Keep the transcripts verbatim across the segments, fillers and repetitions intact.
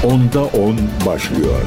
Onda on başlıyor.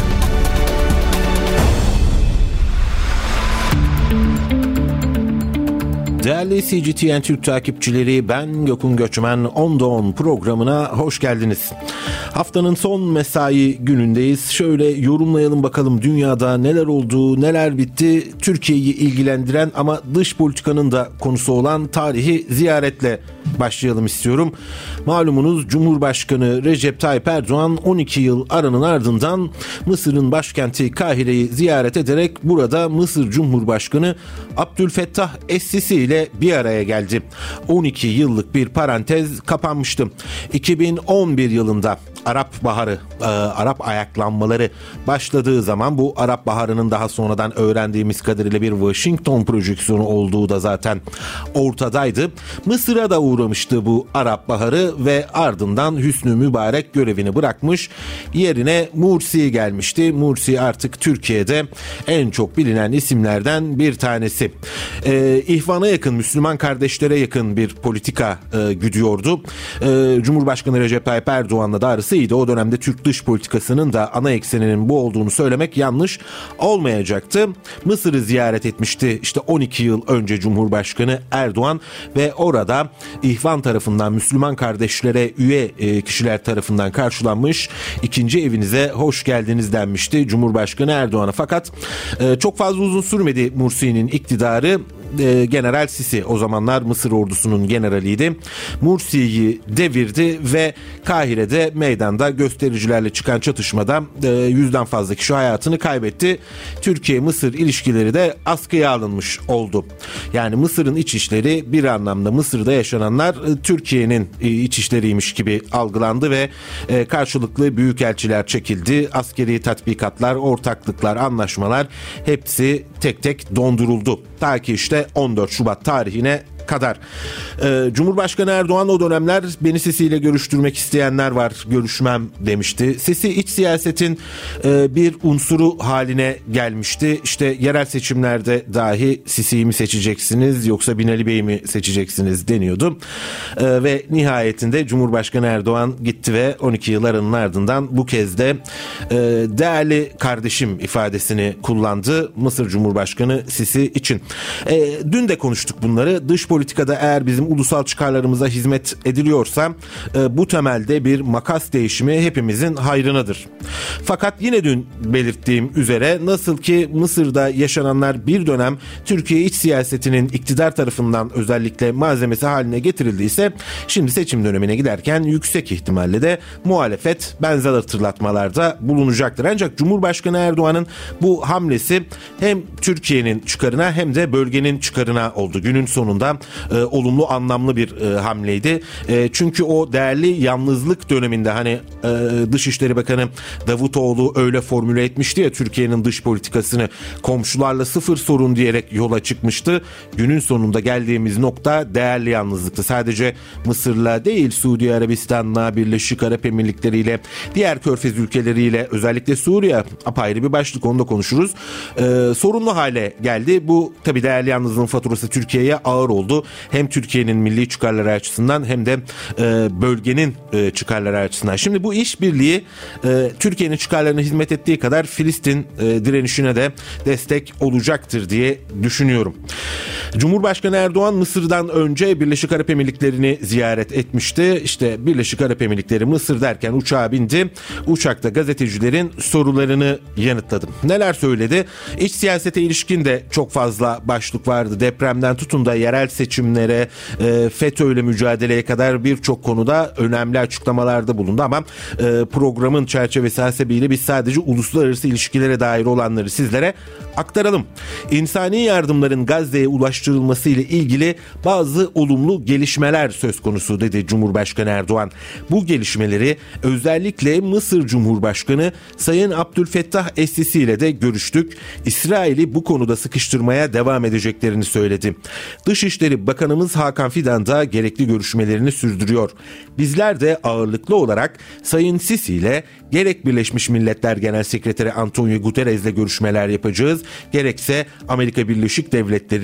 Değerli C G T N Türk takipçileri, ben Gökhan Göçmen. Onda on programına hoş geldiniz. Haftanın son mesai günündeyiz. Şöyle yorumlayalım bakalım dünyada neler oldu, neler bitti. Türkiye'yi ilgilendiren ama dış politikanın da konusu olan tarihi ziyaretle başlayalım istiyorum. Malumunuz Cumhurbaşkanı Recep Tayyip Erdoğan on iki yıl aranın ardından Mısır'ın başkenti Kahire'yi ziyaret ederek burada Mısır Cumhurbaşkanı Abdülfettah Es-Sisi ile bir araya geldi. on iki yıllık bir parantez kapanmıştı. iki bin on bir yılında Arap Baharı, e, Arap ayaklanmaları başladığı zaman, bu Arap Baharı'nın daha sonradan öğrendiğimiz kadarıyla bir Washington projeksiyonu olduğu da zaten ortadaydı. Mısır'a da uğramıştı bu Arap Baharı ve ardından Hüsnü Mübarek görevini bırakmış. Yerine Mursi gelmişti. Mursi artık Türkiye'de en çok bilinen isimlerden bir tanesi. E, İhvan'a yakın, Müslüman kardeşlere yakın bir politika e, güdüyordu. E, Cumhurbaşkanı Recep Tayyip Erdoğan'la da arası iyiydi. O dönemde Türk dış politikasının da ana ekseninin bu olduğunu söylemek yanlış olmayacaktı. Mısır'ı ziyaret etmişti işte on iki yıl önce Cumhurbaşkanı Erdoğan ve orada İhvan tarafından, Müslüman kardeşlere üye kişiler tarafından karşılanmış, ikinci evinize hoş geldiniz denmişti Cumhurbaşkanı Erdoğan'a. Fakat çok fazla uzun sürmedi Mursi'nin iktidarı. General Sisi o zamanlar Mısır ordusunun generaliydi. Mursi'yi devirdi ve Kahire'de meydanda göstericilerle çıkan çatışmada yüzden fazla kişi hayatını kaybetti. Türkiye-Mısır ilişkileri de askıya alınmış oldu. Yani Mısır'ın iç işleri bir anlamda, Mısır'da yaşananlar Türkiye'nin iç işleriymiş gibi algılandı ve karşılıklı büyükelçiler çekildi. Askeri tatbikatlar, ortaklıklar, anlaşmalar hepsi tek tek donduruldu. Ta ki işte on dört Şubat tarihine kadar. Ee, Cumhurbaşkanı Erdoğan o dönemler beni Sisi ile görüştürmek isteyenler var, görüşmem demişti. Sisi iç siyasetin e, bir unsuru haline gelmişti. İşte yerel seçimlerde dahi Sisi'yi mi seçeceksiniz yoksa Binali Bey'i mi seçeceksiniz deniyordu. E, ve nihayetinde Cumhurbaşkanı Erdoğan gitti ve on iki yıl aranın ardından bu kez de e, değerli kardeşim ifadesini kullandı Mısır Cumhurbaşkanı Sisi için. E, dün de konuştuk bunları. Dış politikada eğer bizim ulusal çıkarlarımıza hizmet ediliyorsa e, bu temelde bir makas değişimi hepimizin hayrınadır. Fakat yine dün belirttiğim üzere nasıl ki Mısır'da yaşananlar bir dönem Türkiye iç siyasetinin iktidar tarafından özellikle malzemesi haline getirildiyse, şimdi seçim dönemine giderken yüksek ihtimalle de muhalefet benzer hatırlatmalarda bulunacaktır. Ancak Cumhurbaşkanı Erdoğan'ın bu hamlesi hem Türkiye'nin çıkarına hem de bölgenin çıkarına oldu. Günün sonunda e, olumlu, anlamlı bir e, hamleydi. E, çünkü o değerli yalnızlık döneminde hani e, Dışişleri Bakanı Davutoğlu öyle formüle etmişti ya Türkiye'nin dış politikasını, komşularla sıfır sorun diyerek yola çıkmıştı. Günün sonunda geldiğimiz nokta değerli yalnızlıktı. Sadece Mısır'la değil, Suudi Arabistan'la, Birleşik Arap Emirlikleri ile, diğer Körfez ülkeleriyle, özellikle Suriye apayrı bir başlık, onu da konuşuruz. E, sorunlu hale geldi. Bu tabii değerli yalnızlığın faturası Türkiye'ye ağır oldu. Hem Türkiye'nin milli çıkarları açısından hem de e, bölgenin e, çıkarları açısından. Şimdi bu işbirliği e, Türkiye'nin çıkarlarına hizmet ettiği kadar Filistin e, direnişine de destek olacaktır diye düşünüyorum. Cumhurbaşkanı Erdoğan Mısır'dan önce Birleşik Arap Emirlikleri'ni ziyaret etmişti. İşte Birleşik Arap Emirlikleri Mısır derken uçağa bindi. Uçakta gazetecilerin sorularını yanıtladı. Neler söyledi? İç siyasete ilişkin de çok fazla başlık vardı. Depremden tutun da yerel seçimlere, e, FETÖ'yle mücadeleye kadar birçok konuda önemli açıklamalarda bulundu ama e, programın çerçevesi hasebiyle biz sadece uluslararası ilişkilere dair olanları sizlere aktaralım. İnsani yardımların Gazze'ye ulaştırılması ile ilgili bazı olumlu gelişmeler söz konusu dedi Cumhurbaşkanı Erdoğan. Bu gelişmeleri özellikle Mısır Cumhurbaşkanı Sayın Abdülfettah Es-Sisi ile de görüştük. İsrail'i bu konuda sıkıştırmaya devam edeceklerini söyledi. Dışişleri Bakanımız Hakan Fidan da gerekli görüşmelerini sürdürüyor. Bizler de ağırlıklı olarak Sayın Sisi ile gerek Birleşmiş Milletler Genel Sekreteri Antonio Guterres'le görüşmeler yapacağız, gerekse Amerika Birleşik Devletleri'nden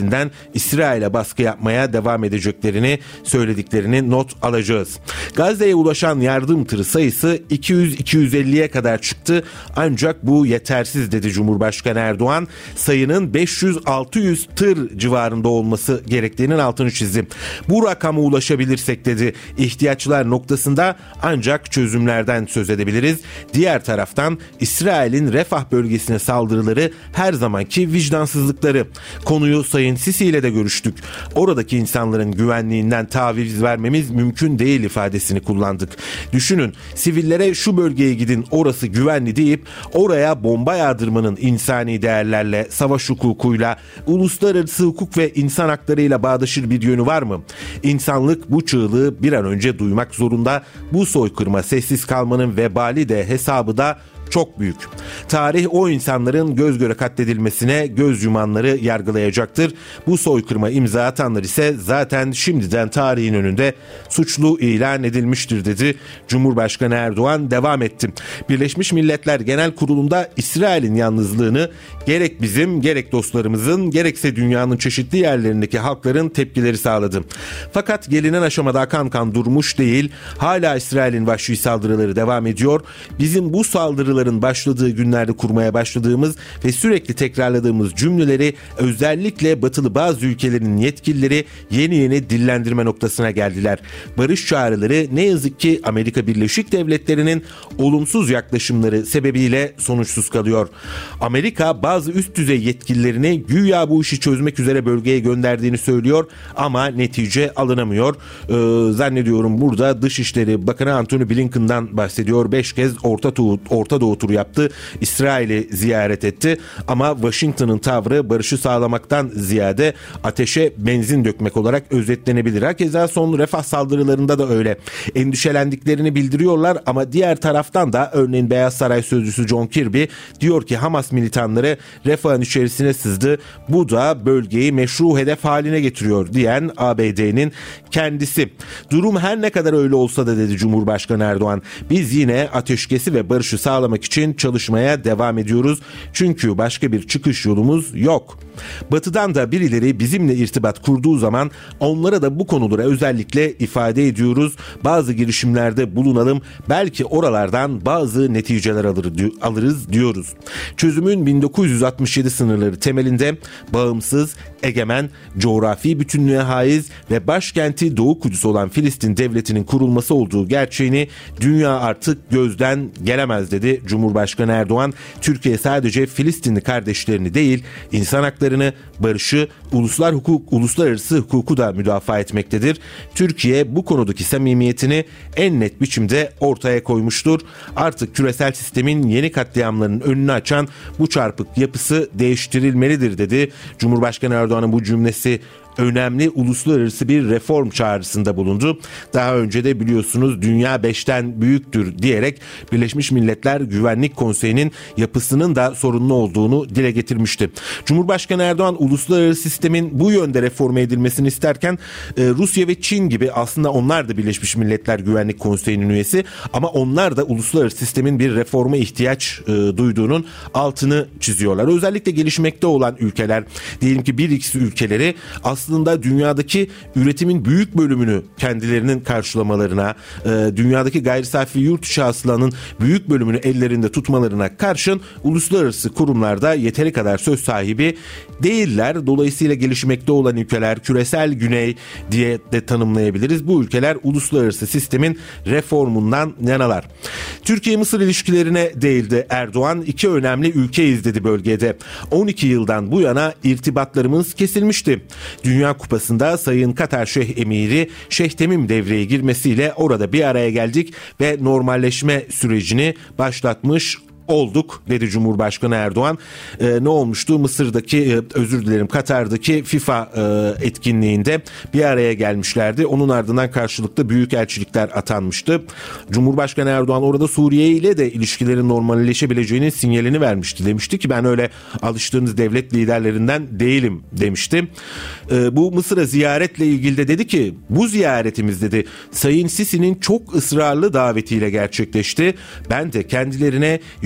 İsrail'e baskı yapmaya devam edeceklerini söylediklerini not alacağız. Gazze'ye ulaşan yardım tırı sayısı iki yüz iki yüz elliye kadar çıktı ancak bu yetersiz dedi Cumhurbaşkanı Erdoğan. Sayının beş yüz altı yüz tır civarında olması gerektiğinin altını çizdi. Bu rakama ulaşabilirsek dedi ihtiyaçlar noktasında ancak çözümlerden söz edebiliriz. Diğer taraftan İsrail'in Refah bölgesine saldırıları her zamanki vicdansızlıkları. Konuyu Sayın Sisi ile de görüştük. Oradaki insanların güvenliğinden taviz vermemiz mümkün değil ifadesini kullandık. Düşünün, sivillere şu bölgeye gidin orası güvenli deyip oraya bomba yağdırmanın insani değerlerle, savaş hukukuyla, uluslararası hukuk ve insan haklarıyla bağdaşır bir yönü var mı? İnsanlık bu çığlığı bir an önce duymak zorunda. Bu soykırıma sessiz kalmanın vebali de hesabı da çok büyük. Tarih o insanların göz göre katledilmesine göz yumanları yargılayacaktır. Bu soykırıma imza atanlar ise zaten şimdiden tarihin önünde suçlu ilan edilmiştir dedi. Cumhurbaşkanı Erdoğan devam etti. Birleşmiş Milletler Genel Kurulu'nda İsrail'in yalnızlığını gerek bizim gerek dostlarımızın gerekse dünyanın çeşitli yerlerindeki halkların tepkileri sağladı. Fakat gelinen aşamada akan kan durmuş değil. Hala İsrail'in vahşi saldırıları devam ediyor. Bizim bu saldırıları başladığı günlerde kurmaya başladığımız ve sürekli tekrarladığımız cümleleri özellikle batılı bazı ülkelerin yetkilileri yeni yeni dillendirme noktasına geldiler. Barış çağrıları ne yazık ki Amerika Birleşik Devletleri'nin olumsuz yaklaşımları sebebiyle sonuçsuz kalıyor. Amerika bazı üst düzey yetkililerini güya bu işi çözmek üzere bölgeye gönderdiğini söylüyor ama netice alınamıyor. Ee, zannediyorum burada Dışişleri Bakanı Antony Blinken'dan bahsediyor. Beş kez Orta Doğu, Orta Doğu turu yaptı. İsrail'i ziyaret etti. Ama Washington'ın tavrı barışı sağlamaktan ziyade ateşe benzin dökmek olarak özetlenebilir. Hakeza son Refah saldırılarında da öyle. Endişelendiklerini bildiriyorlar ama diğer taraftan da örneğin Beyaz Saray sözcüsü John Kirby diyor ki Hamas militanları Refah'ın içerisine sızdı. Bu da bölgeyi meşru hedef haline getiriyor diyen A B D'nin kendisi. Durum her ne kadar öyle olsa da dedi Cumhurbaşkanı Erdoğan, biz yine ateşkesi ve barışı sağlamak için çalışmaya devam ediyoruz. Çünkü başka bir çıkış yolumuz yok. Batı'dan da birileri bizimle irtibat kurduğu zaman onlara da bu konulara özellikle ifade ediyoruz. Bazı girişimlerde bulunalım. Belki oralardan bazı neticeler alırız diyoruz. Çözümün bin dokuz yüz altmış yedi sınırları temelinde bağımsız, egemen, coğrafi bütünlüğe haiz ve başkenti Doğu Kudüs olan Filistin devletinin kurulması olduğu gerçeğini dünya artık gözden gelemez dedi Cumhurbaşkanı Erdoğan. Türkiye sadece Filistinli kardeşlerini değil, insan haklarını, barışı, uluslar hukuk, uluslararası hukuku da müdafaa etmektedir. Türkiye bu konudaki samimiyetini en net biçimde ortaya koymuştur. Artık küresel sistemin yeni katliamlarının önünü açan bu çarpık yapısı değiştirilmelidir dedi. Cumhurbaşkanı Erdoğan'ın bu cümlesi önemli uluslararası bir reform çağrısında bulundu. Daha önce de biliyorsunuz dünya beşten büyüktür diyerek Birleşmiş Milletler Güvenlik Konseyi'nin yapısının da sorunlu olduğunu dile getirmişti. Cumhurbaşkanı Erdoğan uluslararası sistemin bu yönde reforme edilmesini isterken Rusya ve Çin gibi aslında onlar da Birleşmiş Milletler Güvenlik Konseyi'nin üyesi ama onlar da uluslararası sistemin bir reforma ihtiyaç duyduğunun altını çiziyorlar. Özellikle gelişmekte olan ülkeler, diyelim ki bir X ülkeleri aslında aslında dünyadaki üretimin büyük bölümünü kendilerinin karşılamalarına, dünyadaki gayri safi yurt içi hasılanın büyük bölümünü ellerinde tutmalarına karşın uluslararası kurumlarda yeteri kadar söz sahibi değiller. Dolayısıyla gelişmekte olan ülkeler, küresel güney diye de tanımlayabiliriz. Bu ülkeler uluslararası sistemin reformundan yanalar. Türkiye-Mısır ilişkilerine değildi Erdoğan. İki önemli ülkeyiz dedi bölgede. on iki yıldan bu yana irtibatlarımız kesilmişti. Dünya Kupası'nda Sayın Katar Şeyh Emiri Şeyh Temim devreye girmesiyle orada bir araya geldik ve normalleşme sürecini başlatmış olduk dedi Cumhurbaşkanı Erdoğan. Ee, ne olmuştu? Mısır'daki e, özür dilerim Katar'daki FIFA e, etkinliğinde bir araya gelmişlerdi. Onun ardından karşılıklı büyükelçilikler atanmıştı. Cumhurbaşkanı Erdoğan orada Suriye ile de ilişkilerin normalleşebileceğinin sinyalini vermişti. Demişti ki ben öyle alıştığınız devlet liderlerinden değilim demişti. E, bu Mısır'a ziyaretle ilgili de dedi ki bu ziyaretimiz dedi Sayın Sisi'nin çok ısrarlı davetiyle gerçekleşti. Ben de kendilerine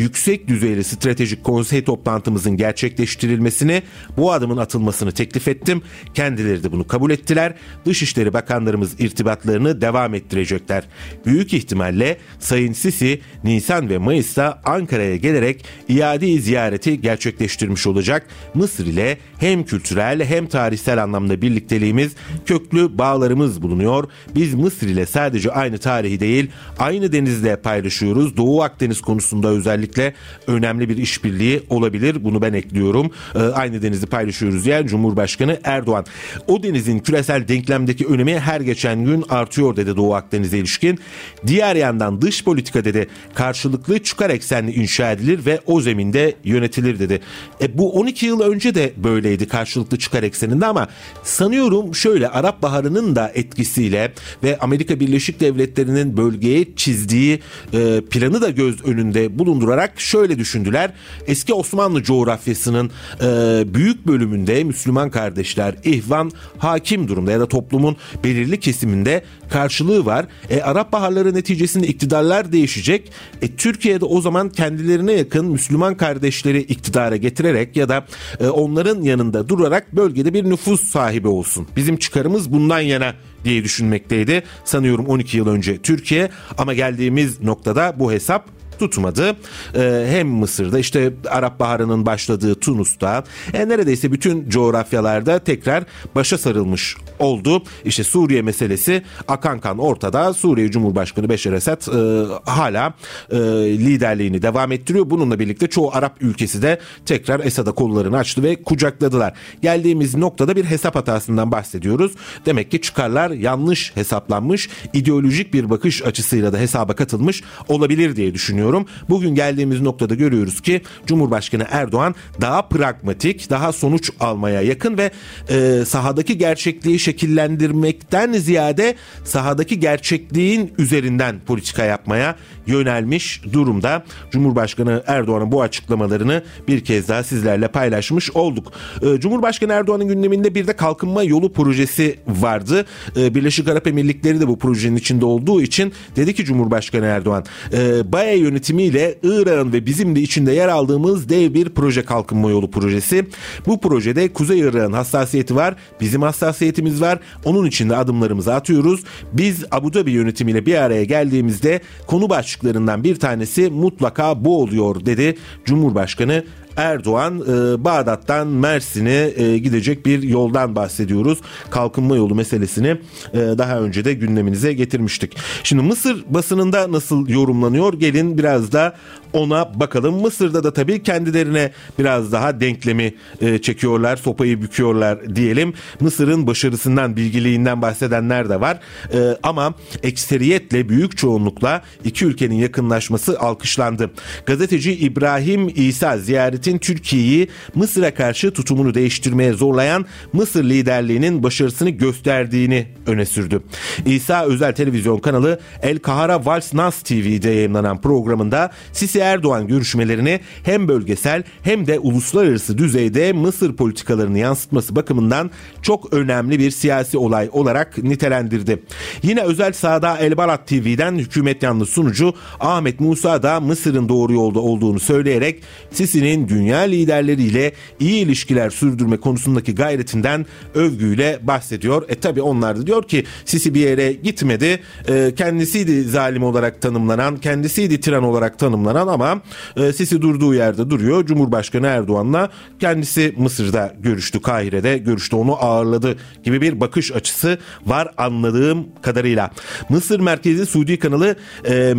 yüksek düzeyli stratejik konsey toplantımızın gerçekleştirilmesini, bu adımın atılmasını teklif ettim. Kendileri de bunu kabul ettiler. Dışişleri Bakanlarımız irtibatlarını devam ettirecekler. Büyük ihtimalle Sayın Sisi Nisan ve Mayıs'ta Ankara'ya gelerek iade-i ziyareti gerçekleştirmiş olacak. Mısır ile hem kültürel hem tarihsel anlamda birlikteliğimiz, köklü bağlarımız bulunuyor. Biz Mısır ile sadece aynı tarihi değil, aynı denizde paylaşıyoruz. Doğu Akdeniz konusunda özellikle önemli bir işbirliği olabilir. Bunu ben ekliyorum. Ee, aynı denizi paylaşıyoruz yani Cumhurbaşkanı Erdoğan. O denizin küresel denklemdeki önemi her geçen gün artıyor dedi Doğu Akdeniz'e ilişkin. Diğer yandan dış politika dedi karşılıklı çıkar eksenli inşa edilir ve o zeminde yönetilir dedi. E, bu on iki yıl önce de böyleydi, karşılıklı çıkar ekseninde, ama sanıyorum şöyle Arap Baharı'nın da etkisiyle ve Amerika Birleşik Devletleri'nin bölgeye çizdiği e, planı da göz önünde bulundurarak şöyle düşündüler. Eski Osmanlı coğrafyasının e, büyük bölümünde Müslüman kardeşler, ihvan hakim durumda ya da toplumun belirli kesiminde karşılığı var. E, Arap Baharları neticesinde iktidarlar değişecek. E, Türkiye'de o zaman kendilerine yakın Müslüman kardeşleri iktidara getirerek ya da e, onların yanında durarak bölgede bir nüfus sahibi olsun. Bizim çıkarımız bundan yana diye düşünmekteydi sanıyorum on iki yıl önce Türkiye, ama geldiğimiz noktada bu hesap tutmadı. Ee, hem Mısır'da, işte Arap Baharı'nın başladığı Tunus'ta, e, neredeyse bütün coğrafyalarda tekrar başa sarılmış oldu. İşte Suriye meselesi akan kan ortada. Suriye Cumhurbaşkanı Beşar Esad e, hala e, liderliğini devam ettiriyor. Bununla birlikte çoğu Arap ülkesi de tekrar Esad'a kollarını açtı ve kucakladılar. Geldiğimiz noktada bir hesap hatasından bahsediyoruz. Demek ki çıkarlar yanlış hesaplanmış, ideolojik bir bakış açısıyla da hesaba katılmış olabilir diye düşünüyorum. Bugün geldiğimiz noktada görüyoruz ki Cumhurbaşkanı Erdoğan daha pragmatik, daha sonuç almaya yakın ve e, sahadaki gerçekliği şekillendirmekten ziyade sahadaki gerçekliğin üzerinden politika yapmaya yönelmiş durumda. Cumhurbaşkanı Erdoğan'ın bu açıklamalarını bir kez daha sizlerle paylaşmış olduk. E, Cumhurbaşkanı Erdoğan'ın gündeminde bir de kalkınma yolu projesi vardı. E, Birleşik Arap Emirlikleri de bu projenin içinde olduğu için dedi ki Cumhurbaşkanı Erdoğan, e, BAE yönetimiyle Irak'ın ve bizim de içinde yer aldığımız dev bir proje, kalkınma yolu projesi. Bu projede Kuzey Irak'ın hassasiyeti var, bizim hassasiyetimiz var. Onun için de adımlarımızı atıyoruz. Biz Abu Dhabi yönetimiyle bir araya geldiğimizde konu başlıklarından bir tanesi mutlaka bu oluyor dedi Cumhurbaşkanı Erdoğan. e, Bağdat'tan Mersin'e e, gidecek bir yoldan bahsediyoruz. Kalkınma yolu meselesini e, daha önce de gündeminize getirmiştik. Şimdi Mısır basınında nasıl yorumlanıyor? Gelin biraz da ona bakalım. Mısır'da da tabii kendilerine biraz daha denklemi e, çekiyorlar, sopayı büküyorlar diyelim. Mısır'ın başarısından, bilgiliğinden bahsedenler de var. E, ama ekseriyetle, büyük çoğunlukla iki ülkenin yakınlaşması alkışlandı. Gazeteci İbrahim İsa ziyaretin Türkiye'yi Mısır'a karşı tutumunu değiştirmeye zorlayan Mısır liderliğinin başarısını gösterdiğini öne sürdü. İsa özel televizyon kanalı El Kahara Vals Nas T V'de yayınlanan programında Sisi Erdoğan görüşmelerini hem bölgesel hem de uluslararası düzeyde Mısır politikalarını yansıtması bakımından çok önemli bir siyasi olay olarak nitelendirdi. Yine özel sahada El Balat T V'den hükümet yanlısı sunucu Ahmet Musa da Mısır'ın doğru yolda olduğunu söyleyerek Sisi'nin dünya liderleriyle iyi ilişkiler sürdürme konusundaki gayretinden övgüyle bahsediyor. E tabi onlar da diyor ki Sisi bir yere gitmedi. E, kendisiydi zalim olarak tanımlanan, kendisiydi tiran olarak tanımlanan, ama e, Sisi durduğu yerde duruyor. Cumhurbaşkanı Erdoğan'la kendisi Mısır'da görüştü, Kahire'de görüştü, onu ağırladı gibi bir bakış açısı var anladığım kadarıyla. Mısır merkezli Suudi kanalı e,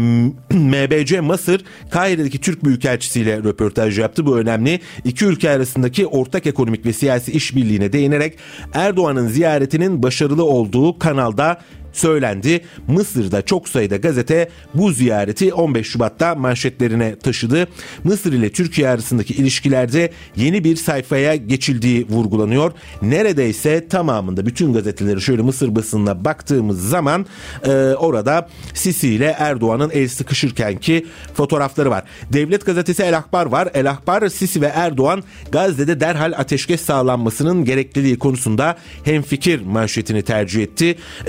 M B C Mısır Kahire'deki Türk Büyükelçisiyle röportaj yaptı. Bu önemli. İki ülke arasındaki ortak ekonomik ve siyasi işbirliğine değinerek Erdoğan'ın ziyaretinin başarılı olduğu kanalda söylendi. Mısır'da çok sayıda gazete bu ziyareti on beş Şubat'ta manşetlerine taşıdı. Mısır ile Türkiye arasındaki ilişkilerde yeni bir sayfaya geçildiği vurgulanıyor. Neredeyse tamamında, bütün gazeteleri şöyle Mısır basınına baktığımız zaman e, orada Sisi ile Erdoğan'ın el sıkışırkenki fotoğrafları var. Devlet gazetesi El Ahbar var. El Ahbar, Sisi ve Erdoğan Gazze'de derhal ateşkes sağlanmasının gerekliliği konusunda hemfikir manşetini tercih etti. E, yoğun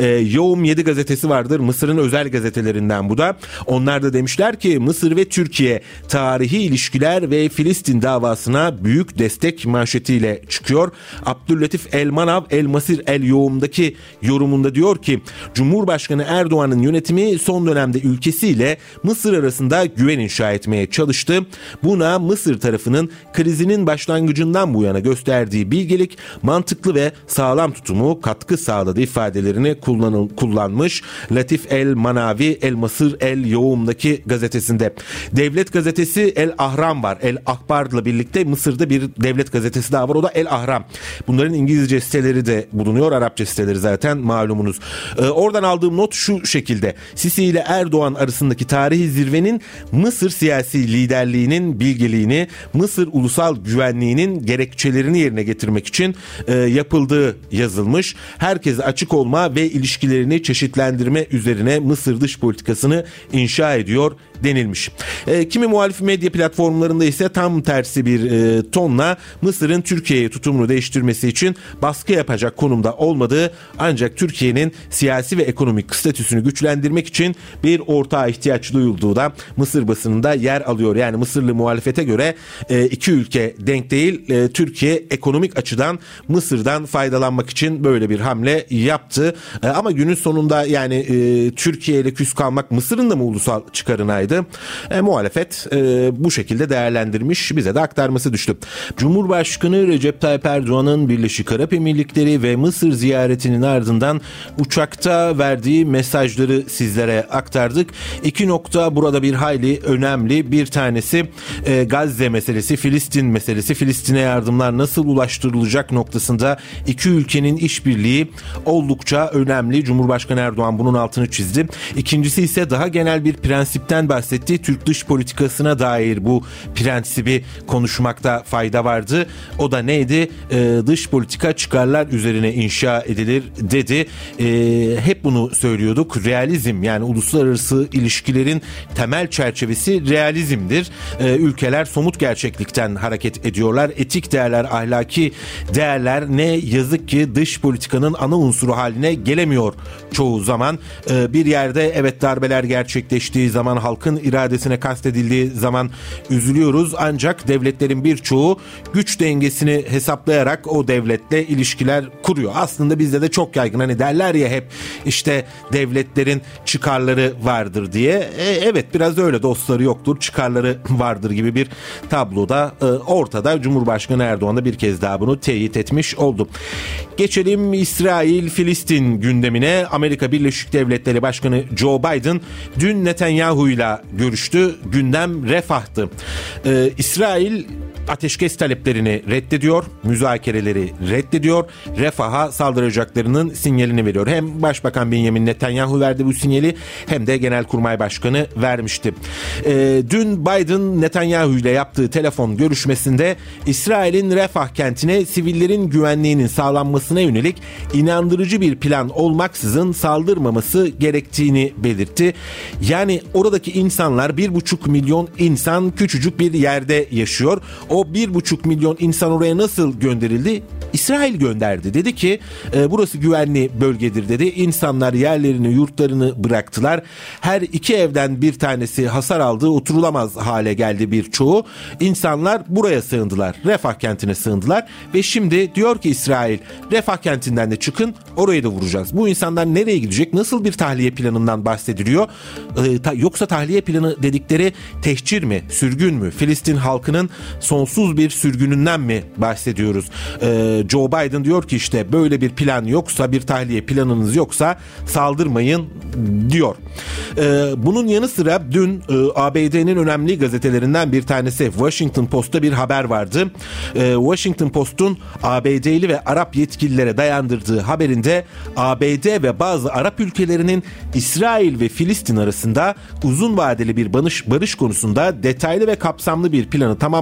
El-Yevm yedi gazetesi vardır. Mısır'ın özel gazetelerinden bu da. Onlar da demişler ki Mısır ve Türkiye tarihi ilişkiler ve Filistin davasına büyük destek manşetiyle çıkıyor. Abdüllatif El-Manav El-Masir El-Yevm'daki yorumunda diyor ki Cumhurbaşkanı Erdoğan'ın yönetimi son dönemde ülkesiyle Mısır arasında güven inşa etmeye çalıştı. Buna Mısır tarafının krizinin başlangıcından bu yana gösterdiği bilgelik, mantıklı ve sağlam tutumu katkı sağladı ifadelerini kullanıl, kullanmış. Latif El-Manavi El-Masir El-Yevm'daki gazetesinde. Devlet gazetesi El-Ahram var. El-Ahbar'la birlikte Mısır'da bir devlet gazetesi daha var. O da El-Ahram. Bunların İngilizce siteleri de bulunuyor. Arapça siteleri zaten malumunuz. Ee, oradan aldığım not şu şekilde. Sisi ile Erdoğan arasındaki tarihi zirvenin Mısır siyasi liderliğinin bilgeliğini, Mısır ulusal güvenliğinin gerekçelerini yerine getirmek için e, yapıldığı yazılmış. Herkese açık olma ve ilişkilerini çeşitlendirme üzerine Mısır dış politikasını inşa ediyor denilmiş. E, kimi muhalif medya platformlarında ise tam tersi bir e, tonla Mısır'ın Türkiye'ye tutumunu değiştirmesi için baskı yapacak konumda olmadığı, ancak Türkiye'nin siyasi ve ekonomik statüsünü güçlendirmek için bir ortağa ihtiyaç duyulduğu da Mısır basınında yer alıyor. Yani Mısırlı muhalefete göre e, iki ülke denk değil. E, Türkiye ekonomik açıdan Mısır'dan faydalanmak için böyle bir hamle yaptı. E, ama günün sonunda yani e, Türkiye ile küs kalmak Mısır'ın da mı ulusal çıkarınaydı? E, muhalefet e, bu şekilde değerlendirmiş, bize de aktarması düştü. Cumhurbaşkanı Recep Tayyip Erdoğan'ın Birleşik Arap Emirlikleri ve Mısır ziyaretinin ardından uçakta verdiği mesajları sizlere aktardık. İki nokta burada bir hayli önemli. Bir tanesi e, Gazze meselesi, Filistin meselesi, Filistin'e yardımlar nasıl ulaştırılacak noktasında iki ülkenin işbirliği oldukça önemli. Cumhurbaşkanı Erdoğan bunun altını çizdi. İkincisi ise daha genel bir prensipten bahsetti. Türk dış politikasına dair bu prensibi konuşmakta fayda vardı. O da neydi? Ee, dış politika çıkarlar üzerine inşa edilir dedi. Ee, hep bunu söylüyorduk. Realizm, yani uluslararası ilişkilerin temel çerçevesi realizmdir. Ee, ülkeler somut gerçeklikten hareket ediyorlar. Etik değerler, ahlaki değerler ne yazık ki dış politikanın ana unsuru haline gelemiyor çoğu zaman. Ee, bir yerde evet darbeler gerçekleştiği zaman, halkın iradesine kastedildiği zaman üzülüyoruz. Ancak devletlerin birçoğu güç dengesini hesaplayarak o devletle ilişkiler kuruyor. Aslında bizde de çok yaygın, hani derler ya hep işte devletlerin çıkarları vardır diye. E, evet biraz öyle, dostları yoktur, çıkarları vardır gibi bir tabloda e, ortada. Cumhurbaşkanı Erdoğan da bir kez daha bunu teyit etmiş oldu. Geçelim İsrail-Filistin gündemine. Amerika Birleşik Devletleri Başkanı Joe Biden dün Netanyahu'yla görüştü. Gündem Refah'tı. Ee, İsrail ateşkes taleplerini reddediyor, müzakereleri reddediyor, Refah'a saldıracaklarının sinyalini veriyor. Hem Başbakan Benjamin Netanyahu verdi bu sinyali, hem de Genelkurmay Başkanı vermişti. Ee, dün Biden Netanyahu ile yaptığı telefon görüşmesinde İsrail'in Refah kentine sivillerin güvenliğinin sağlanmasına yönelik inandırıcı bir plan olmaksızın saldırmaması gerektiğini belirtti. Yani oradaki insanlar, bir buçuk milyon insan küçücük bir yerde yaşıyor. O bir buçuk milyon insan oraya nasıl gönderildi? İsrail gönderdi. Dedi ki e, burası güvenli bölgedir dedi. İnsanlar yerlerini, yurtlarını bıraktılar. Her iki evden bir tanesi hasar aldı, oturulamaz hale geldi birçoğu. İnsanlar buraya sığındılar. Refah kentine sığındılar ve şimdi diyor ki İsrail, Refah kentinden de çıkın, orayı da vuracağız. Bu insanlar nereye gidecek? Nasıl bir tahliye planından bahsediliyor? Ee, ta, yoksa tahliye planı dedikleri tehcir mi, sürgün mü? Filistin halkının sonsuz bir sürgününden mi bahsediyoruz? Ee, Joe Biden diyor ki işte böyle bir plan yoksa, bir tahliye planınız yoksa saldırmayın diyor. Ee, bunun yanı sıra dün e, A B D'nin önemli gazetelerinden bir tanesi Washington Post'ta bir haber vardı. Ee, Washington Post'un A B D'li ve Arap yetkililere dayandırdığı haberinde A B D ve bazı Arap ülkelerinin İsrail ve Filistin arasında uzun vadeli bir barış, barış konusunda detaylı ve kapsamlı bir planı tamamlamak için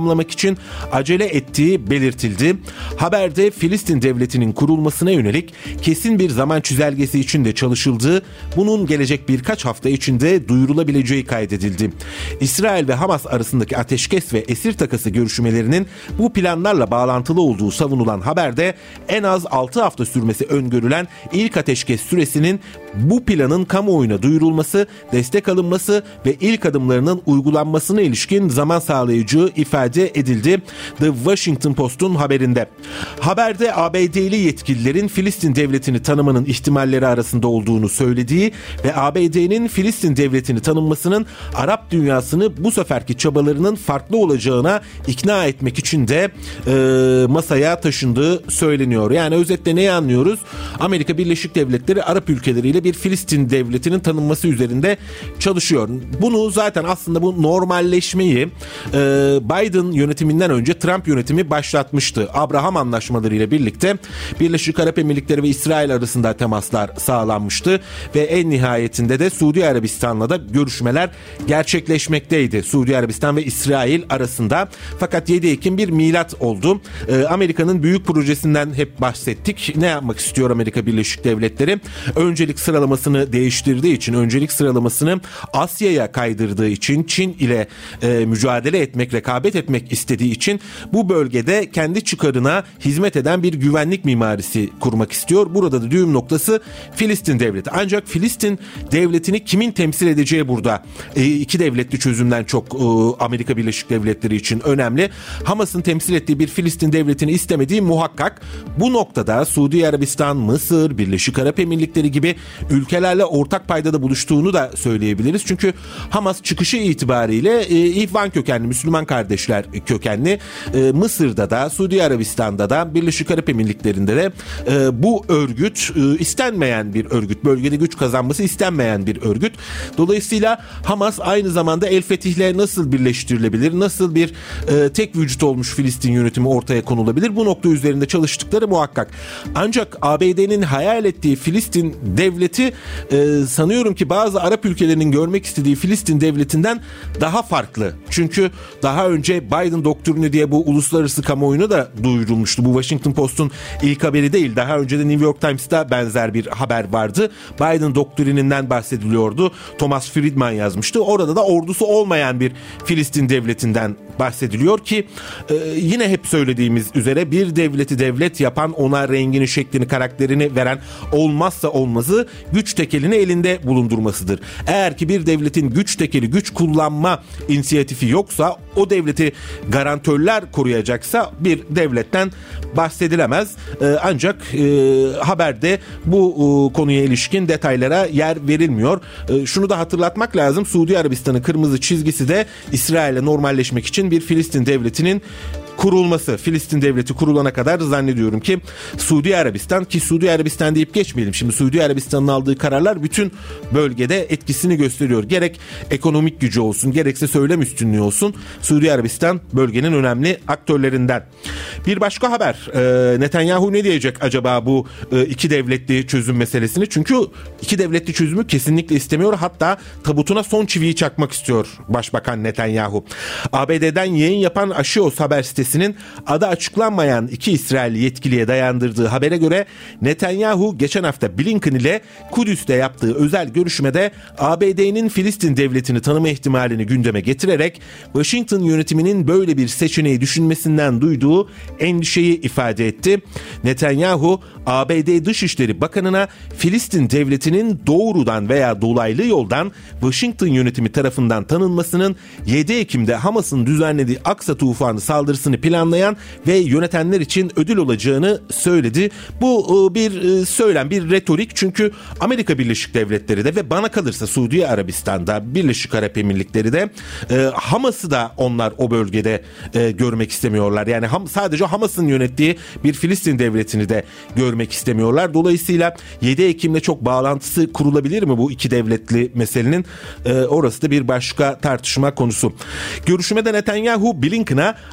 için acele ettiği belirtildi. Haberde Filistin devletinin kurulmasına yönelik kesin bir zaman çizelgesi içinde çalışıldığı, bunun gelecek birkaç hafta içinde duyurulabileceği kaydedildi. İsrail ve Hamas arasındaki ateşkes ve esir takası görüşmelerinin bu planlarla bağlantılı olduğu savunulan haberde en az altı hafta sürmesi öngörülen ilk ateşkes süresinin bu planın kamuoyuna duyurulması, destek alınması ve ilk adımlarının uygulanmasına ilişkin zaman sağlayacağı ifade edildi. The Washington Post'un haberinde. Haberde A B D'li yetkililerin Filistin devletini tanımanın ihtimalleri arasında olduğunu söylediği ve A B D'nin Filistin devletini tanınmasının Arap dünyasını bu seferki çabalarının farklı olacağına ikna etmek için de e, masaya taşındığı söyleniyor. Yani özetle neyi anlıyoruz? Amerika Birleşik Devletleri Arap ülkeleriyle bir Filistin devletinin tanınması üzerinde çalışıyor. Bunu zaten aslında bu normalleşmeyi e, Biden yönetiminden önce Trump yönetimi başlatmıştı. Abraham anlaşmaları ile birlikte Birleşik Arap Emirlikleri ve İsrail arasında temaslar sağlanmıştı ve en nihayetinde de Suudi Arabistan'la da görüşmeler gerçekleşmekteydi. Suudi Arabistan ve İsrail arasında. Fakat yedi Ekim bir milat oldu. E, Amerika'nın büyük projesinden hep bahsettik. Ne yapmak istiyor Amerika Birleşik Devletleri? Öncelik sıralamasını değiştirdiği için, öncelik sıralamasını Asya'ya kaydırdığı için, Çin ile e, mücadele etmek, rekabet etmek istediği için bu bölgede kendi çıkarına hizmet eden bir güvenlik mimarisi kurmak istiyor. Burada da düğüm noktası Filistin devleti. Ancak Filistin devletini kimin temsil edeceği burada e, iki devletli çözümden çok e, Amerika Birleşik Devletleri için önemli. Hamas'ın temsil ettiği bir Filistin devletini istemediği muhakkak. Bu noktada Suudi Arabistan, Mısır, Birleşik Arap Emirlikleri gibi ülkelerle ortak paydada buluştuğunu da söyleyebiliriz. Çünkü Hamas çıkışı itibariyle e, İhvan kökenli, Müslüman kardeşler kökenli, e, Mısır'da da, Suudi Arabistan'da da, Birleşik Arap Emirlikleri'nde de e, bu örgüt e, istenmeyen bir örgüt. Bölgede güç kazanması istenmeyen bir örgüt. Dolayısıyla Hamas aynı zamanda El Fetih'le nasıl birleştirilebilir, nasıl bir e, tek vücut olmuş Filistin yönetimi ortaya konulabilir? Bu nokta üzerinde çalıştıkları muhakkak. Ancak A B D'nin hayal ettiği Filistin devleti e, sanıyorum ki bazı Arap ülkelerinin görmek istediği Filistin devletinden daha farklı. Çünkü daha önce Biden doktrini diye bu uluslararası kamuoyuna da duyurulmuştu. Bu Washington Post'un ilk haberi değil. Daha önce de New York Times'ta benzer bir haber vardı. Biden doktrininden bahsediliyordu. Thomas Friedman yazmıştı. Orada da ordusu olmayan bir Filistin devletinden bahsediliyor ki e, yine hep söylediğimiz üzere bir devleti devlet yapan, ona rengini, şeklini, karakterini veren olmazsa olmazı güç tekelini elinde bulundurmasıdır. Eğer ki bir devletin güç tekeli, güç kullanma inisiyatifi yoksa, o devleti garantörler koruyacaksa bir devletten bahsedilemez. Ee, ancak e, haberde bu e, konuya ilişkin detaylara yer verilmiyor. E, şunu da hatırlatmak lazım. Suudi Arabistan'ın kırmızı çizgisi de İsrail'le normalleşmek için bir Filistin devletinin kurulması. Filistin devleti kurulana kadar zannediyorum ki Suudi Arabistan, ki Suudi Arabistan deyip geçmeyelim. Şimdi Suudi Arabistan'ın aldığı kararlar bütün bölgede etkisini gösteriyor. Gerek ekonomik gücü olsun, gerekse söylem üstünlüğü olsun. Suudi Arabistan bölgenin önemli aktörlerinden. Bir başka haber. E, Netanyahu ne diyecek acaba bu e, iki devletli çözüm meselesini? Çünkü iki devletli çözümü kesinlikle istemiyor. Hatta tabutuna son çiviyi çakmak istiyor Başbakan Netanyahu. A B D'den yayın yapan Axios haber sitesi adı açıklanmayan iki İsrailli yetkiliye dayandırdığı habere göre Netanyahu geçen hafta Blinken ile Kudüs'te yaptığı özel görüşmede A B D'nin Filistin devletini tanıma ihtimalini gündeme getirerek Washington yönetiminin böyle bir seçeneği düşünmesinden duyduğu endişeyi ifade etti. Netanyahu, A B D Dışişleri Bakanı'na Filistin devletinin doğrudan veya dolaylı yoldan Washington yönetimi tarafından tanınmasının yedi Ekim'de Hamas'ın düzenlediği Aksa tufanı saldırısını planlayan ve yönetenler için ödül olacağını söyledi. Bu bir söylem, bir retorik, çünkü Amerika Birleşik Devletleri de ve bana kalırsa Suudi Arabistan'da, Birleşik Arap Emirlikleri de e, Hamas'ı da onlar o bölgede e, görmek istemiyorlar. Yani ham, sadece Hamas'ın yönettiği bir Filistin devletini de görmek istemiyorlar. Dolayısıyla yedi Ekim'le çok bağlantısı kurulabilir mi bu iki devletli meselenin? E, orası da bir başka tartışma konusu. Görüşmede Netanyahu, Blinken'a A B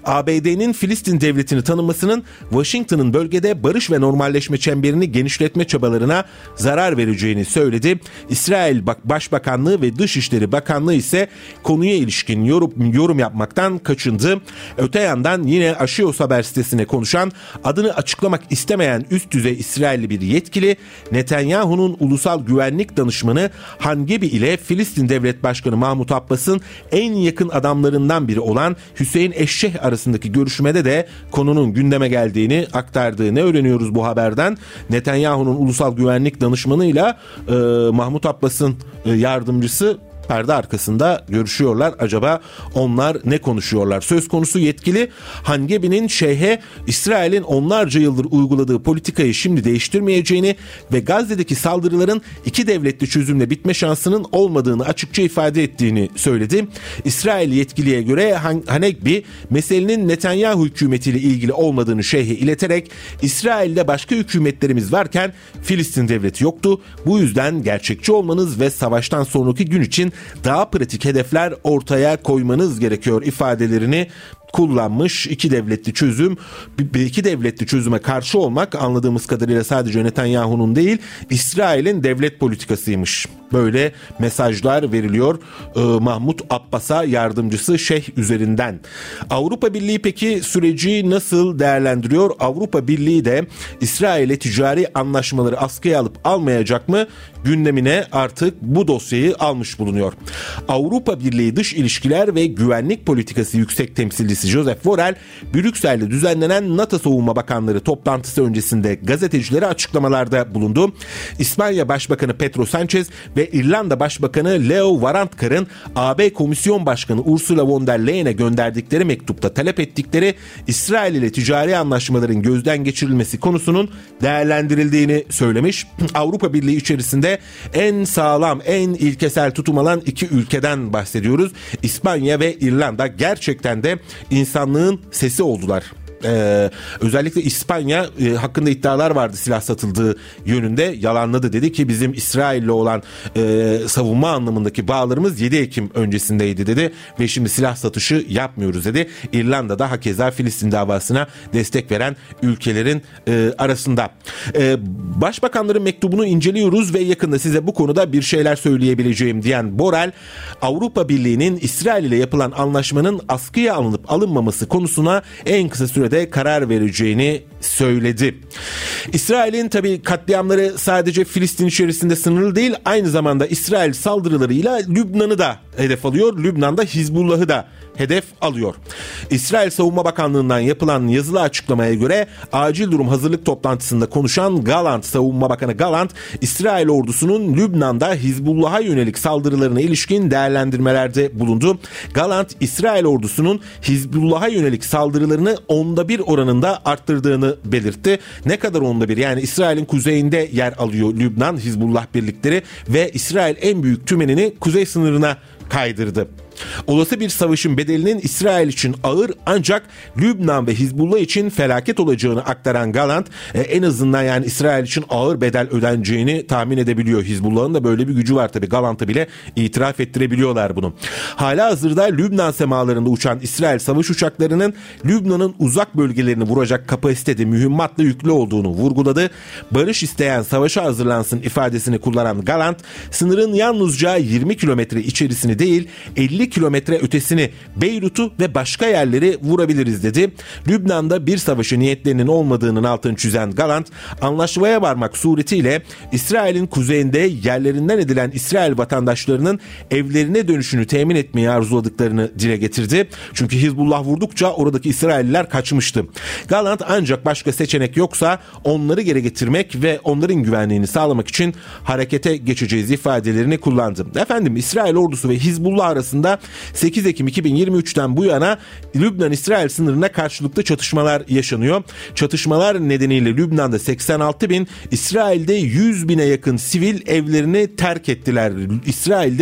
D'nin Filistin devletini tanımasının Washington'ın bölgede barış ve normalleşme çemberini genişletme çabalarına zarar vereceğini söyledi. İsrail Başbakanlığı ve Dışişleri Bakanlığı ise konuya ilişkin yorum, yorum yapmaktan kaçındı. Öte yandan yine Axios haber sitesine konuşan, adını açıklamak istemeyen üst düzey İsrailli bir yetkili, Netanyahu'nun ulusal güvenlik danışmanı Hangebi ile Filistin Devlet Başkanı Mahmut Abbas'ın en yakın adamlarından biri olan Hüseyin Eşşeh arasındaki görüşmede de konunun gündeme geldiğini aktardı. Ne öğreniyoruz bu haberden? Netanyahu'nun ulusal güvenlik danışmanıyla e, Mahmut Abbas'ın e, yardımcısı perde arkasında görüşüyorlar. Acaba onlar ne konuşuyorlar? Söz konusu yetkili Hangebi'nin şeyhe İsrail'in onlarca yıldır uyguladığı politikayı şimdi değiştirmeyeceğini ve Gazze'deki saldırıların iki devletli çözümle bitme şansının olmadığını açıkça ifade ettiğini söyledi. İsrail yetkiliye göre Hangebi meselenin Netanyahu hükümetiyle ilgili olmadığını şeyhe ileterek, İsrail'de başka hükümetlerimiz varken Filistin devleti yoktu. Bu yüzden gerçekçi olmanız ve savaştan sonraki gün için daha pratik hedefler ortaya koymanız gerekiyor ifadelerini kullanmış. İki devletli çözüm, iki devletli çözüme karşı olmak anladığımız kadarıyla sadece Netanyahu'nun değil, İsrail'in devlet politikasıymış. Böyle mesajlar veriliyor ee, Mahmut Abbas'a yardımcısı Şeyh üzerinden. Avrupa Birliği peki süreci nasıl değerlendiriyor? Avrupa Birliği de İsrail'e ticari anlaşmaları askıya alıp almayacak mı gündemine artık bu dosyayı almış bulunuyor. Avrupa Birliği Dış İlişkiler ve Güvenlik Politikası Yüksek Temsilcisi Josep Borrell, Brüksel'de düzenlenen NATO Savunma Bakanları toplantısı öncesinde gazetecilere açıklamalarda bulundu. İspanya Başbakanı Pedro Sanchez ve İrlanda Başbakanı Leo Varadkar'ın A B Komisyon Başkanı Ursula von der Leyen'e gönderdikleri mektupta talep ettikleri İsrail ile ticari anlaşmaların gözden geçirilmesi konusunun değerlendirildiğini söylemiş. Avrupa Birliği içerisinde en sağlam, en ilkesel tutum alan iki ülkeden bahsediyoruz. İspanya ve İrlanda gerçekten de insanlığın sesi oldular. Ee, özellikle İspanya e, hakkında iddialar vardı silah satıldığı yönünde, yalanladı, dedi ki bizim İsrail'le olan e, savunma anlamındaki bağlarımız yedi Ekim öncesindeydi dedi ve şimdi silah satışı yapmıyoruz dedi. İrlanda da hakeza Filistin davasına destek veren ülkelerin e, arasında. E, Başbakanların mektubunu inceliyoruz ve yakında size bu konuda bir şeyler söyleyebileceğim diyen Borrell, Avrupa Birliği'nin İsrail ile yapılan anlaşmanın askıya alınıp alınmaması konusuna en kısa sürede karar vereceğini söyledi. İsrail'in tabii katliamları sadece Filistin içerisinde sınırlı değil, aynı zamanda İsrail saldırılarıyla Lübnan'ı da hedef alıyor. Lübnan'da Hizbullah'ı da hedef alıyor. İsrail Savunma Bakanlığı'ndan yapılan yazılı açıklamaya göre acil durum hazırlık toplantısında konuşan Gallant Savunma Bakanı Gallant, İsrail ordusunun Lübnan'da Hizbullah'a yönelik saldırılarına ilişkin değerlendirmelerde bulundu. Gallant, İsrail ordusunun Hizbullah'a yönelik saldırılarını onda bir oranında arttırdığını belirtti. Ne kadar onda bir? Yani İsrail'in kuzeyinde yer alıyor Lübnan Hizbullah birlikleri ve İsrail en büyük tümenini kuzey sınırına kaydırdı. Olası bir savaşın bedelinin İsrail için ağır ancak Lübnan ve Hizbullah için felaket olacağını aktaran Gallant, e, en azından yani İsrail için ağır bedel ödeneceğini tahmin edebiliyor. Hizbullah'ın da böyle bir gücü var tabii. Gallant'a bile itiraf ettirebiliyorlar bunu. Halihazırda Lübnan semalarında uçan İsrail savaş uçaklarının Lübnan'ın uzak bölgelerini vuracak kapasitede mühimmatla yüklü olduğunu vurguladı. Barış isteyen savaşa hazırlansın ifadesini kullanan Gallant, sınırın yalnızca yirmi kilometre içerisini değil elli kilometre ötesini, Beyrut'u ve başka yerleri vurabiliriz dedi. Lübnan'da bir savaşı niyetlerinin olmadığının altını çizen Gallant, anlaşmaya varmak suretiyle İsrail'in kuzeyinde yerlerinden edilen İsrail vatandaşlarının evlerine dönüşünü temin etmeyi arzuladıklarını dile getirdi. Çünkü Hizbullah vurdukça oradaki İsrailliler kaçmıştı. Gallant, ancak başka seçenek yoksa onları geri getirmek ve onların güvenliğini sağlamak için harekete geçeceğiz ifadelerini kullandı. Efendim, İsrail ordusu ve Hizbullah arasında sekiz Ekim iki bin yirmi üçten bu yana Lübnan-İsrail sınırına karşılıklı çatışmalar yaşanıyor. Çatışmalar nedeniyle Lübnan'da seksen altı bin, İsrail'de yüz bine yakın sivil evlerini terk ettiler. İsrail'de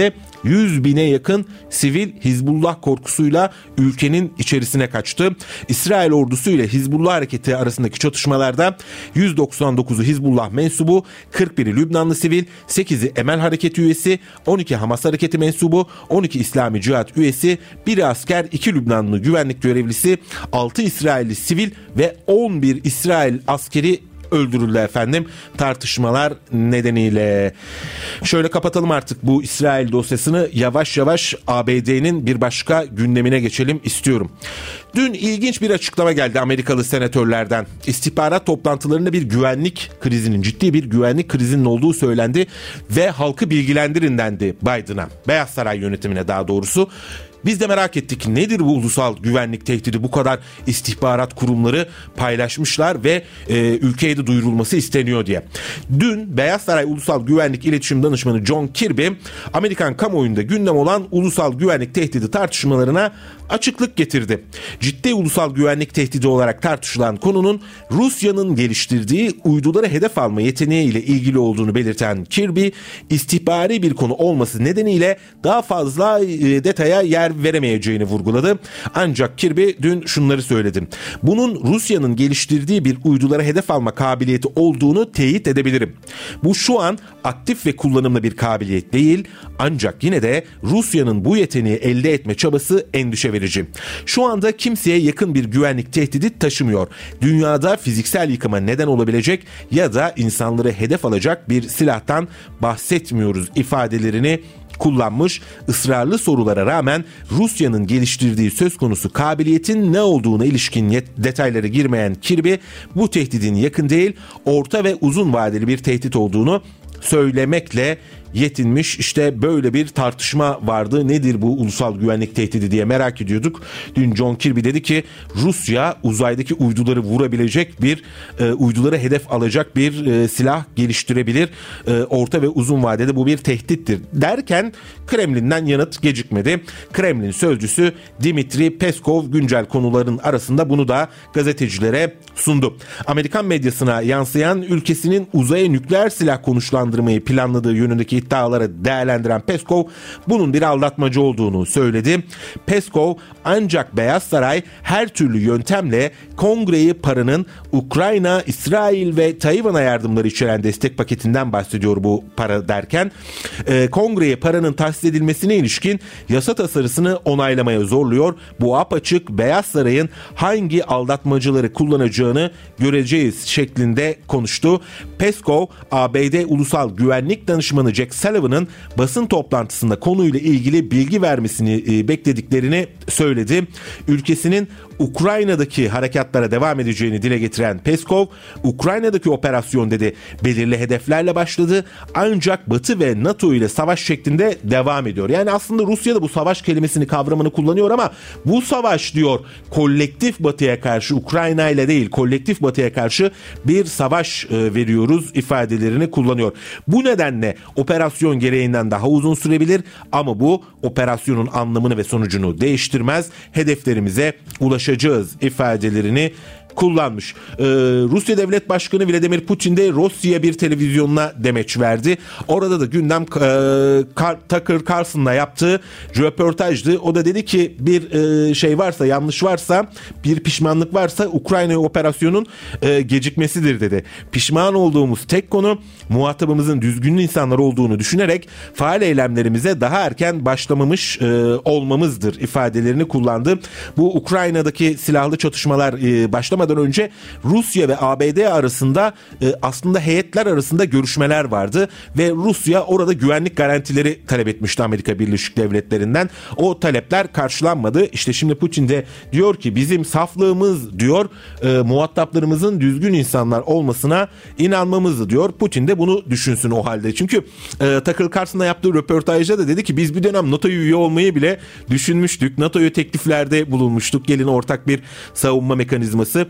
yüz bine yakın sivil Hizbullah korkusuyla ülkenin içerisine kaçtı. İsrail ordusu ile Hizbullah hareketi arasındaki çatışmalarda yüz doksan dokuzu Hizbullah mensubu, kırk biri Lübnanlı sivil, sekizi Emel hareketi üyesi, on iki Hamas hareketi mensubu, on iki İslami Cihat üyesi, biri asker, iki Lübnanlı güvenlik görevlisi, altı İsrailli sivil ve on bir İsrail askeri öldürüldü efendim tartışmalar nedeniyle. Şöyle kapatalım artık bu İsrail dosyasını, yavaş yavaş A B D'nin bir başka gündemine geçelim istiyorum. Dün ilginç bir açıklama geldi Amerikalı senatörlerden. İstihbarat toplantılarında bir güvenlik krizinin, ciddi bir güvenlik krizinin olduğu söylendi ve halkı bilgilendirin dendi Biden'a, Beyaz Saray yönetimine daha doğrusu. Biz de merak ettik, nedir bu ulusal güvenlik tehdidi, bu kadar istihbarat kurumları paylaşmışlar ve e, ülkeye de duyurulması isteniyor diye. Dün Beyaz Saray Ulusal Güvenlik İletişim Danışmanı John Kirby, Amerikan kamuoyunda gündem olan ulusal güvenlik tehdidi tartışmalarına açıklık getirdi. Ciddi ulusal güvenlik tehdidi olarak tartışılan konunun Rusya'nın geliştirdiği uyduları hedef alma yeteneğiyle ilgili olduğunu belirten Kirby, istihbari bir konu olması nedeniyle daha fazla e, detaya yer veremeyeceğini vurguladı. Ancak Kirby dün şunları söyledi. Bunun Rusya'nın geliştirdiği bir uydulara hedef alma kabiliyeti olduğunu teyit edebilirim. Bu şu an aktif ve kullanımlı bir kabiliyet değil, ancak yine de Rusya'nın bu yeteneği elde etme çabası endişe verici. Şu anda kimseye yakın bir güvenlik tehdidi taşımıyor. Dünyada fiziksel yıkıma neden olabilecek ya da insanları hedef alacak bir silahtan bahsetmiyoruz ifadelerini kullanmış. Israrlı sorulara rağmen Rusya'nın geliştirdiği söz konusu kabiliyetin ne olduğuna ilişkin yet- detaylara girmeyen Kirby, bu tehdidin yakın değil, orta ve uzun vadeli bir tehdit olduğunu söylemekle yetinmiş. İşte böyle bir tartışma vardı. Nedir bu ulusal güvenlik tehdidi diye merak ediyorduk. Dün John Kirby dedi ki Rusya uzaydaki uyduları vurabilecek bir e, uyduları hedef alacak bir e, silah geliştirebilir. E, orta ve uzun vadede bu bir tehdittir derken Kremlin'den yanıt gecikmedi. Kremlin sözcüsü Dmitri Peskov güncel konuların arasında bunu da gazetecilere sundu. Amerikan medyasına yansıyan ülkesinin uzaya nükleer silah konuşlandırmayı planladığı yönündeki iddiaları değerlendiren Peskov bunun bir aldatmaca olduğunu söyledi. Peskov ancak Beyaz Saray her türlü yöntemle Kongre'yi paranın Ukrayna, İsrail ve Tayvan'a yardımları içeren destek paketinden bahsediyor bu para derken e, Kongre'ye paranın tahsis edilmesine ilişkin yasa tasarısını onaylamaya zorluyor. Bu apaçık, Beyaz Saray'ın hangi aldatmacıları kullanacağını göreceğiz şeklinde konuştu. Peskov, A B D Ulusal Güvenlik Danışmanı Jack Sullivan'ın basın toplantısında konuyla ilgili bilgi vermesini e, beklediklerini söyledi. Ülkesinin Ukrayna'daki harekatlara devam edeceğini dile getiren Peskov, Ukrayna'daki operasyon dedi belirli hedeflerle başladı ancak Batı ve NATO ile savaş şeklinde devam ediyor. Yani aslında Rusya da bu savaş kelimesini, kavramını kullanıyor ama bu savaş diyor kolektif Batı'ya karşı, Ukrayna ile değil kolektif Batı'ya karşı bir savaş e, veriyoruz ifadelerini kullanıyor. Bu nedenle operasyon gereğinden daha uzun sürebilir ama bu operasyonun anlamını ve sonucunu değiştirmez. Hedeflerimize ulaşacağız ifadelerini kullanmış. Ee, Rusya Devlet Başkanı Vladimir Putin de Rusya bir televizyonuna demeç verdi. Orada da gündem e, Kar, Tucker Carlson'la yaptığı röportajdı. O da dedi ki bir e, şey varsa, yanlış varsa, bir pişmanlık varsa Ukrayna operasyonun e, gecikmesidir dedi. Pişman olduğumuz tek konu muhatabımızın düzgün insanlar olduğunu düşünerek faal eylemlerimize daha erken başlamamış e, olmamızdır ifadelerini kullandı. Bu Ukrayna'daki silahlı çatışmalar e, başlamadan önce Rusya ve A B D arasında e, aslında heyetler arasında görüşmeler vardı ve Rusya orada güvenlik garantileri talep etmişti Amerika Birleşik Devletleri'nden. O talepler karşılanmadı. İşte şimdi Putin de diyor ki bizim saflığımız diyor e, muhataplarımızın düzgün insanlar olmasına inanmamızdı diyor. Putin de bunu düşünsün o halde. Çünkü e, Tucker Carlson'la yaptığı röportajda da dedi ki biz bir dönem NATO'ya üye olmayı bile düşünmüştük. NATO'ya tekliflerde bulunmuştuk. Gelin ortak bir savunma mekanizması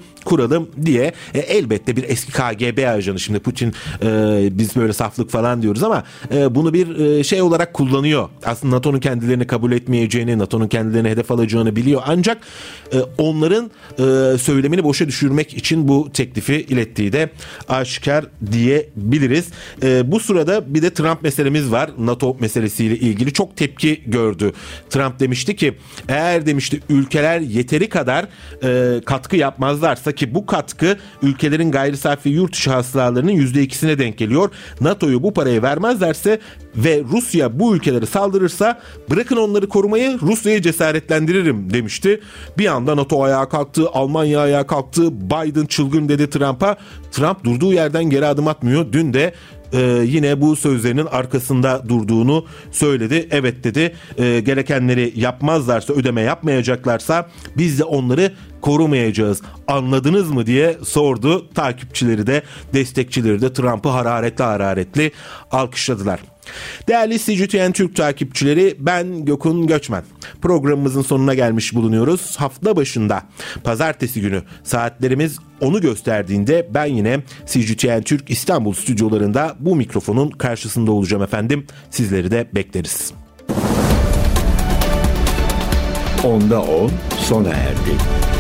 kuralım diye. E, elbette bir eski K G B ajanı, şimdi Putin e, biz böyle saflık falan diyoruz ama e, bunu bir e, şey olarak kullanıyor. Aslında NATO'nun kendilerini kabul etmeyeceğini, NATO'nun kendilerini hedef alacağını biliyor. Ancak e, onların e, söylemini boşa düşürmek için bu teklifi ilettiği de aşikar diyebiliriz. E, bu sırada bir de Trump meselemiz var. NATO meselesiyle ilgili çok tepki gördü. Trump demişti ki eğer demişti ülkeler yeteri kadar e, katkı yapmazlarsa, ki bu katkı ülkelerin gayri safi yurt içi hasılalarının yüzde ikisine denk geliyor. NATO'yu bu parayı vermezlerse ve Rusya bu ülkeleri saldırırsa bırakın onları korumayı, Rusya'yı cesaretlendiririm demişti. Bir anda NATO ayağa kalktı, Almanya ayağa kalktı, Biden çılgın dedi Trump'a. Trump durduğu yerden geri adım atmıyor. Dün de Ee, yine bu sözlerinin arkasında durduğunu söyledi. Evet dedi, e, gerekenleri yapmazlarsa, ödeme yapmayacaklarsa biz de onları korumayacağız. Anladınız mı diye sordu. Takipçileri de destekçileri de Trump'ı hararetli hararetli alkışladılar. Değerli C G T N Türk takipçileri, ben Gökhan Göçmen. Programımızın sonuna gelmiş bulunuyoruz. Hafta başında pazartesi günü saatlerimiz onu gösterdiğinde ben yine C G T N Türk İstanbul stüdyolarında bu mikrofonun karşısında olacağım efendim. Sizleri de bekleriz. Onda on sona erdi.